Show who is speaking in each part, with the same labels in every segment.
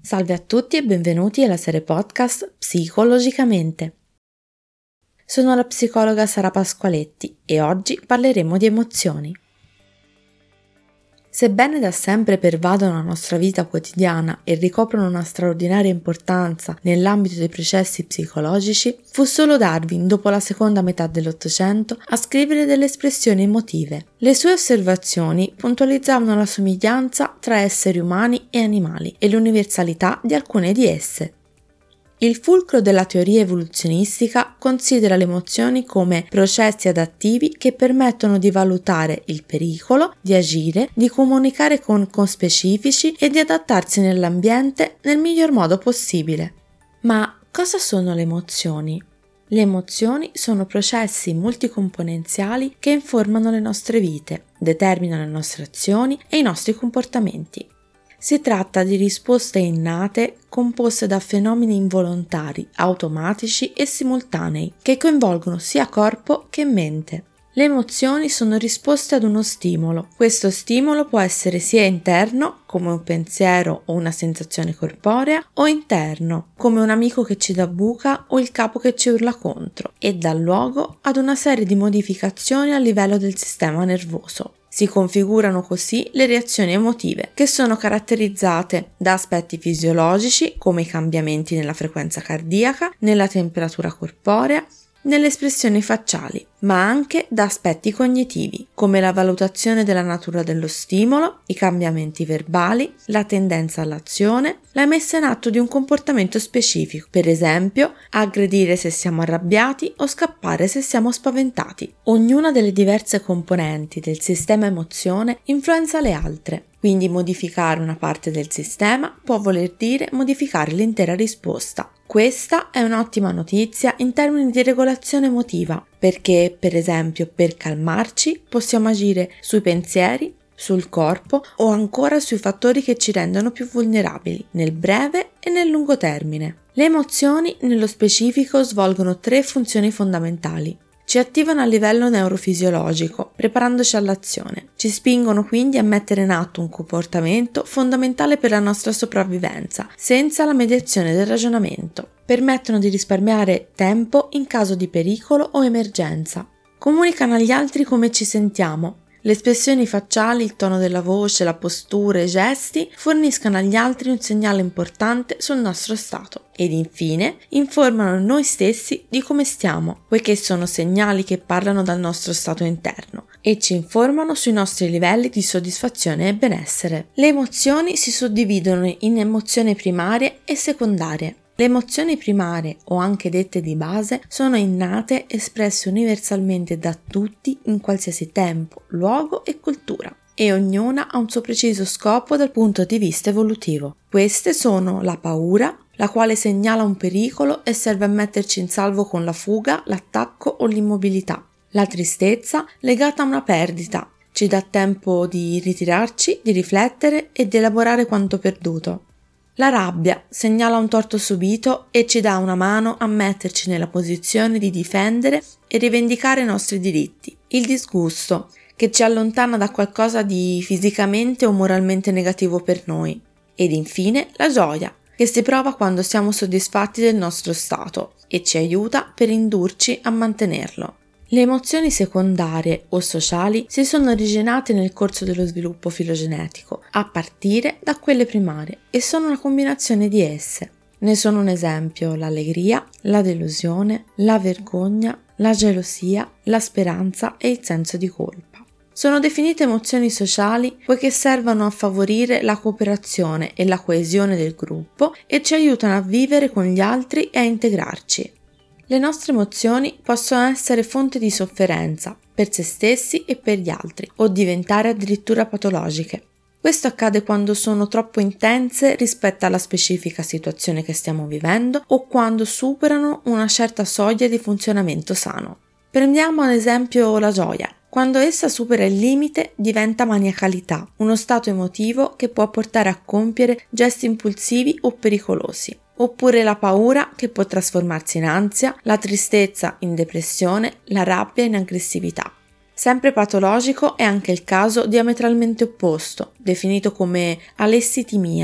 Speaker 1: Salve a tutti e benvenuti alla serie podcast Psicologicamente. Sono la psicologa Sara Pasqualetti e oggi parleremo di emozioni. Sebbene da sempre pervadono la nostra vita quotidiana e ricoprono una straordinaria importanza nell'ambito dei processi psicologici, fu solo Darwin, dopo la seconda metà dell'Ottocento, a scrivere delle espressioni emotive. Le sue osservazioni puntualizzavano la somiglianza tra esseri umani e animali e l'universalità di alcune di esse. Il fulcro della teoria evoluzionistica considera le emozioni come processi adattivi che permettono di valutare il pericolo, di agire, di comunicare con conspecifici e di adattarsi nell'ambiente nel miglior modo possibile. Ma cosa sono le emozioni? Le emozioni sono processi multicomponenziali che informano le nostre vite, determinano le nostre azioni e i nostri comportamenti. Si tratta di risposte innate composte da fenomeni involontari, automatici e simultanei, che coinvolgono sia corpo che mente. Le emozioni sono risposte ad uno stimolo. Questo stimolo può essere sia interno, come un pensiero o una sensazione corporea, o interno, come un amico che ci dà buca o il capo che ci urla contro, e dà luogo ad una serie di modificazioni a livello del sistema nervoso. Si configurano così le reazioni emotive, che sono caratterizzate da aspetti fisiologici, come i cambiamenti nella frequenza cardiaca, nella temperatura corporea, nelle espressioni facciali, ma anche da aspetti cognitivi, come la valutazione della natura dello stimolo, i cambiamenti verbali, la tendenza all'azione, la messa in atto di un comportamento specifico, per esempio aggredire se siamo arrabbiati o scappare se siamo spaventati. Ognuna delle diverse componenti del sistema emozione influenza le altre. Quindi modificare una parte del sistema può voler dire modificare l'intera risposta. Questa è un'ottima notizia in termini di regolazione emotiva, perché, per esempio, per calmarci possiamo agire sui pensieri, sul corpo o ancora sui fattori che ci rendono più vulnerabili, nel breve e nel lungo termine. Le emozioni, nello specifico, svolgono 3 funzioni fondamentali. Ci attivano a livello neurofisiologico, preparandoci all'azione. Ci spingono quindi a mettere in atto un comportamento fondamentale per la nostra sopravvivenza, senza la mediazione del ragionamento. Permettono di risparmiare tempo in caso di pericolo o emergenza. Comunicano agli altri come ci sentiamo. Le espressioni facciali, il tono della voce, la postura e i gesti forniscono agli altri un segnale importante sul nostro stato ed infine informano noi stessi di come stiamo, poiché sono segnali che parlano dal nostro stato interno e ci informano sui nostri livelli di soddisfazione e benessere. Le emozioni si suddividono in emozioni primarie e secondarie. Le emozioni primarie, o anche dette di base, sono innate, espresse universalmente da tutti in qualsiasi tempo, luogo e cultura, e ognuna ha un suo preciso scopo dal punto di vista evolutivo. Queste sono la paura, la quale segnala un pericolo e serve a metterci in salvo con la fuga, l'attacco o l'immobilità. La tristezza, legata a una perdita, ci dà tempo di ritirarci, di riflettere e di elaborare quanto perduto. La rabbia segnala un torto subito e ci dà una mano a metterci nella posizione di difendere e rivendicare i nostri diritti. Il disgusto, che ci allontana da qualcosa di fisicamente o moralmente negativo per noi. Ed infine la gioia, che si prova quando siamo soddisfatti del nostro stato e ci aiuta per indurci a mantenerlo. Le emozioni secondarie o sociali si sono originate nel corso dello sviluppo filogenetico, a partire da quelle primarie, e sono una combinazione di esse. Ne sono un esempio l'allegria, la delusione, la vergogna, la gelosia, la speranza e il senso di colpa. Sono definite emozioni sociali poiché servono a favorire la cooperazione e la coesione del gruppo e ci aiutano a vivere con gli altri e a integrarci. Le nostre emozioni possono essere fonte di sofferenza per se stessi e per gli altri, o diventare addirittura patologiche. Questo accade quando sono troppo intense rispetto alla specifica situazione che stiamo vivendo o quando superano una certa soglia di funzionamento sano. Prendiamo ad esempio la gioia. Quando essa supera il limite diventa maniacalità, uno stato emotivo che può portare a compiere gesti impulsivi o pericolosi. Oppure la paura, che può trasformarsi in ansia, la tristezza in depressione, la rabbia in aggressività. Sempre patologico è anche il caso diametralmente opposto, definito come alessitimia,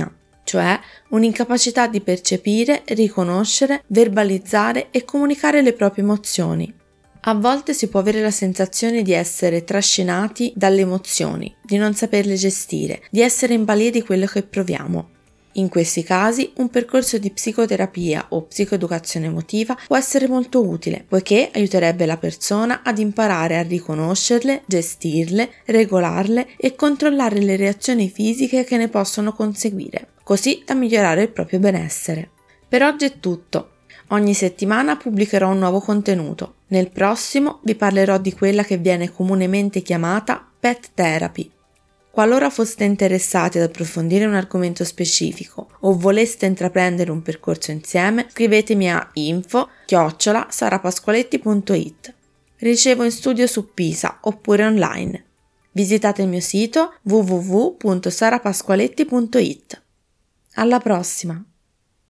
Speaker 1: cioè un'incapacità di percepire, riconoscere, verbalizzare e comunicare le proprie emozioni. A volte si può avere la sensazione di essere trascinati dalle emozioni, di non saperle gestire, di essere in balia di quello che proviamo. In questi casi un percorso di psicoterapia o psicoeducazione emotiva può essere molto utile, poiché aiuterebbe la persona ad imparare a riconoscerle, gestirle, regolarle e controllare le reazioni fisiche che ne possono conseguire, così da migliorare il proprio benessere. Per oggi è tutto. Ogni settimana pubblicherò un nuovo contenuto. Nel prossimo vi parlerò di quella che viene comunemente chiamata pet therapy. Qualora foste interessati ad approfondire un argomento specifico o voleste intraprendere un percorso insieme, scrivetemi a info@sarapasqualetti.it. Ricevo in studio su Pisa oppure online. Visitate il mio sito www.sarapasqualetti.it. Alla prossima!